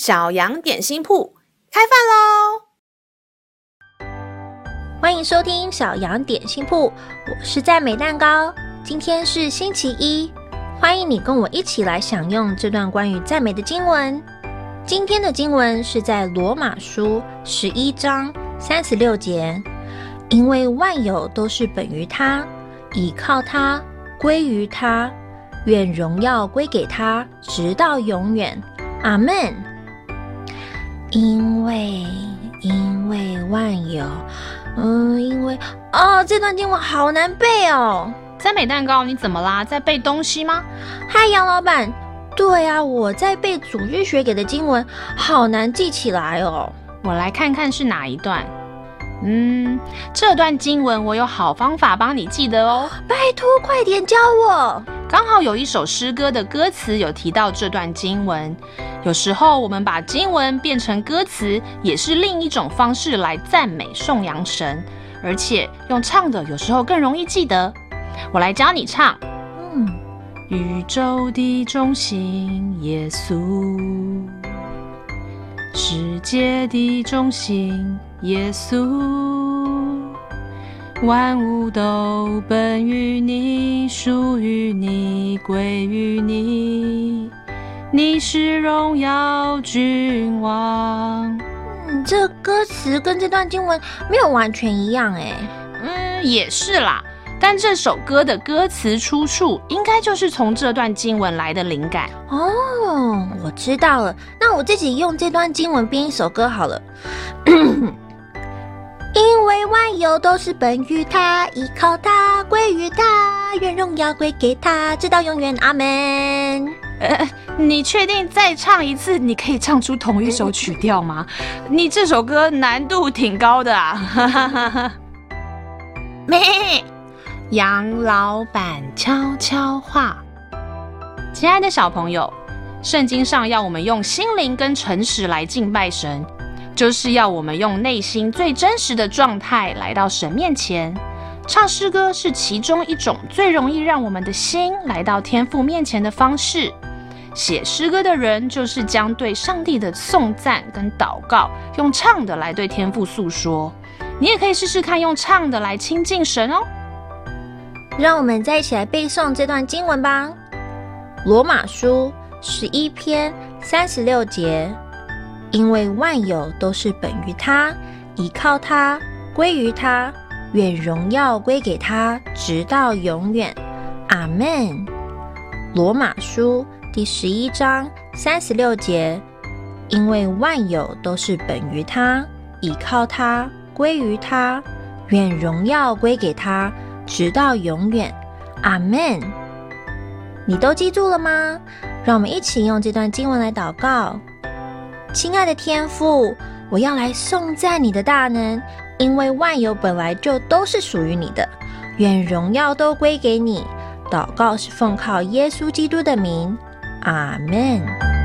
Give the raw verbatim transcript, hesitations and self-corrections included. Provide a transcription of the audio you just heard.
小羊点心铺开饭喽！ 欢迎收听小羊点心铺，我是赞美蛋糕。今天是星期一，欢迎你跟我一起来享用这段关于赞美的经文。今天的经文是在罗马书十一章三十六节，因为万有都是本于他，倚靠他，归于他，愿荣耀归给他，直到永远。阿们。因为因为万有嗯，因为哦，这段经文好难背哦。 赞美蛋糕，你怎么啦？在背东西吗？ 嗨，杨老板。对啊，我在背主日学给的经文，好难记起来哦。 我来看看是哪一段。嗯，这段经文我有好方法帮你记得哦。 拜托，快点教我。 刚好有一首诗歌的歌词有提到这段经文。有时候我们把经文变成歌词，也是另一种方式来赞美颂扬神，而且用唱的有时候更容易记得。我来教你唱。 嗯， 宇宙的中心耶稣，世界的中心耶稣，万物都本于你，属于你，归于你，你是荣耀君王。 嗯，这歌词跟这段经文没有完全一样诶。 嗯，也是啦，但这首歌的歌词出处应该就是从这段经文来的灵感。 哦，我知道了，那我自己用这段经文编一首歌好了。因为万有都是本于他，依靠他，归于他，愿荣耀归给他，直到永远。阿们。 呃，你确定再唱一次你可以唱出同一首曲调吗？你这首歌难度挺高的啊。 咩，杨老板悄悄话。 亲爱的小朋友，圣经上要我们用心灵跟诚实来敬拜神，就是要我们用内心最真实的状态来到神面前。唱诗歌是其中一种最容易让我们的心来到天父面前的方式。写诗歌的人就是将对上帝的颂赞跟祷告用唱的来对天父诉说。你也可以试试看用唱的来亲近神哦。 让我们再一起来背诵这段经文吧。罗马书十一篇三十六节，因为万有都是本于他，倚靠他，归于他，愿荣耀归给他，直到永远。阿们。罗马书第十一章三十六节，因为万有都是本于他，倚靠他，归于他，愿荣耀归给他，直到永远。阿们。你都记住了吗？让我们一起用这段经文来祷告。亲爱的天父，我要来颂赞你的大能，因为万有本来就都是属于你的，愿荣耀都归给你。祷告是奉靠耶稣基督的名。阿们。